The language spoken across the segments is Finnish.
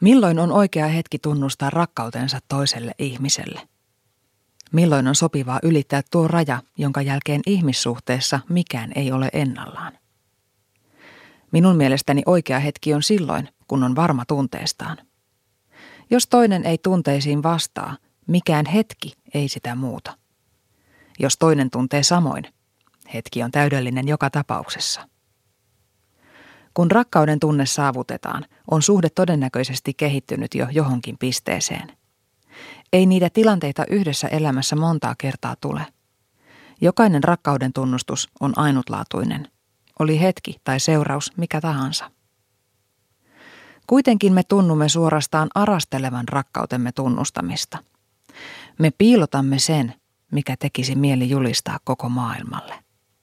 Milloin on oikea hetki tunnustaa rakkautensa toiselle ihmiselle? Milloin on sopivaa ylittää tuo raja, jonka jälkeen ihmissuhteessa mikään ei ole ennallaan? Minun mielestäni oikea hetki on silloin, kun on varma tunteestaan. Jos toinen ei tunteisiin vastaa, mikään hetki ei sitä muuta. Jos toinen tuntee samoin, hetki on täydellinen joka tapauksessa. Kun rakkauden tunne saavutetaan, on suhde todennäköisesti kehittynyt jo johonkin pisteeseen. Ei niitä tilanteita yhdessä elämässä montaa kertaa tule. Jokainen rakkauden tunnustus on ainutlaatuinen, oli hetki tai seuraus mikä tahansa. Kuitenkin me tunnumme suorastaan arastelevan rakkautemme tunnustamista. Me piilotamme sen, mikä tekisi mieli julistaa koko maailmalle.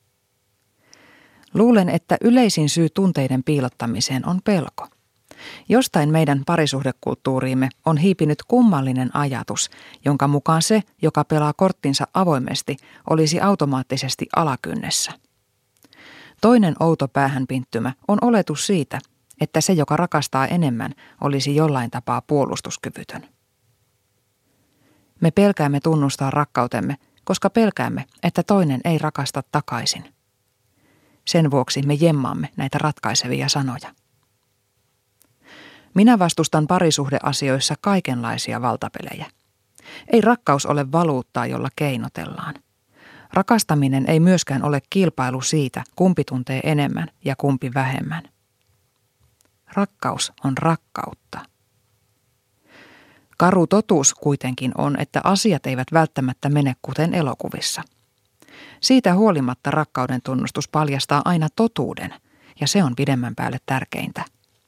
Luulen, että yleisin syy tunteiden piilottamiseen on pelko. Jostain meidän parisuhdekulttuuriimme on hiipinyt kummallinen ajatus, jonka mukaan se, joka pelaa korttinsa avoimesti, olisi automaattisesti alakynnessä. Toinen outo päähänpinttymä on oletus siitä, että se, joka rakastaa enemmän, olisi jollain tapaa puolustuskyvytön. Me pelkäämme tunnustaa rakkautemme, koska pelkäämme, että toinen ei rakasta takaisin. Sen vuoksi me jemmaamme näitä ratkaisevia sanoja. Minä vastustan parisuhdeasioissa kaikenlaisia valtapelejä. Ei rakkaus ole valuuttaa, jolla keinotellaan. Rakastaminen ei myöskään ole kilpailu siitä, kumpi tuntee enemmän ja kumpi vähemmän. Rakkaus on rakkautta. Karu totuus kuitenkin on, että asiat eivät välttämättä mene kuten elokuvissa. Siitä huolimatta rakkauden tunnustus paljastaa aina totuuden, ja se on pidemmän päälle tärkeintä.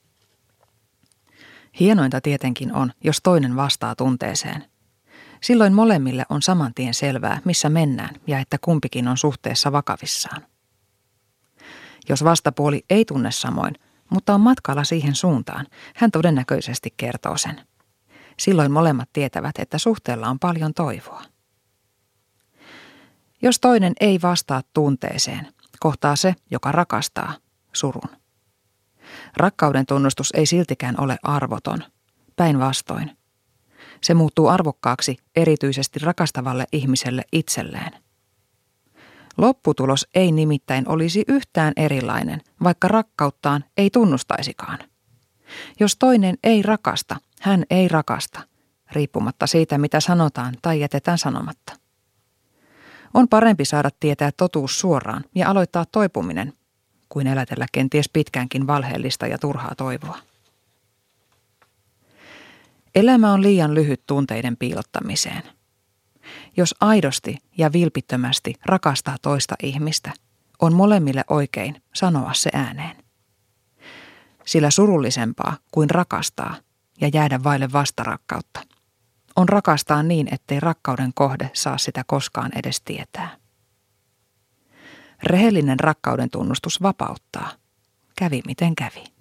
Hienointa tietenkin on, jos toinen vastaa tunteeseen. Silloin molemmille on saman tien selvää, missä mennään ja että kumpikin on suhteessa vakavissaan. Jos vastapuoli ei tunne samoin, mutta on matkalla siihen suuntaan, hän todennäköisesti kertoo sen. Silloin molemmat tietävät, että suhteella on paljon toivoa. Jos toinen ei vastaa tunteeseen, kohtaa se, joka rakastaa, surun. Rakkauden tunnustus ei siltikään ole arvoton, päinvastoin. Se muuttuu arvokkaaksi erityisesti rakastavalle ihmiselle itselleen. Lopputulos ei nimittäin olisi yhtään erilainen, vaikka rakkauttaan ei tunnustaisikaan. Jos toinen ei rakasta, hän ei rakasta, riippumatta siitä mitä sanotaan tai jätetään sanomatta. On parempi saada tietää totuus suoraan ja aloittaa toipuminen, kuin elätellä kenties pitkäänkin valheellista ja turhaa toivoa. Elämä on liian lyhyt tunteiden piilottamiseen. Jos aidosti ja vilpittömästi rakastaa toista ihmistä, on molemmille oikein sanoa se ääneen. Sillä surullisempaa kuin rakastaa ja jäädä vaille vastarakkautta on rakastaa niin, ettei rakkauden kohde saa sitä koskaan edes tietää. Rehellinen rakkauden tunnustus vapauttaa. Kävi miten kävi.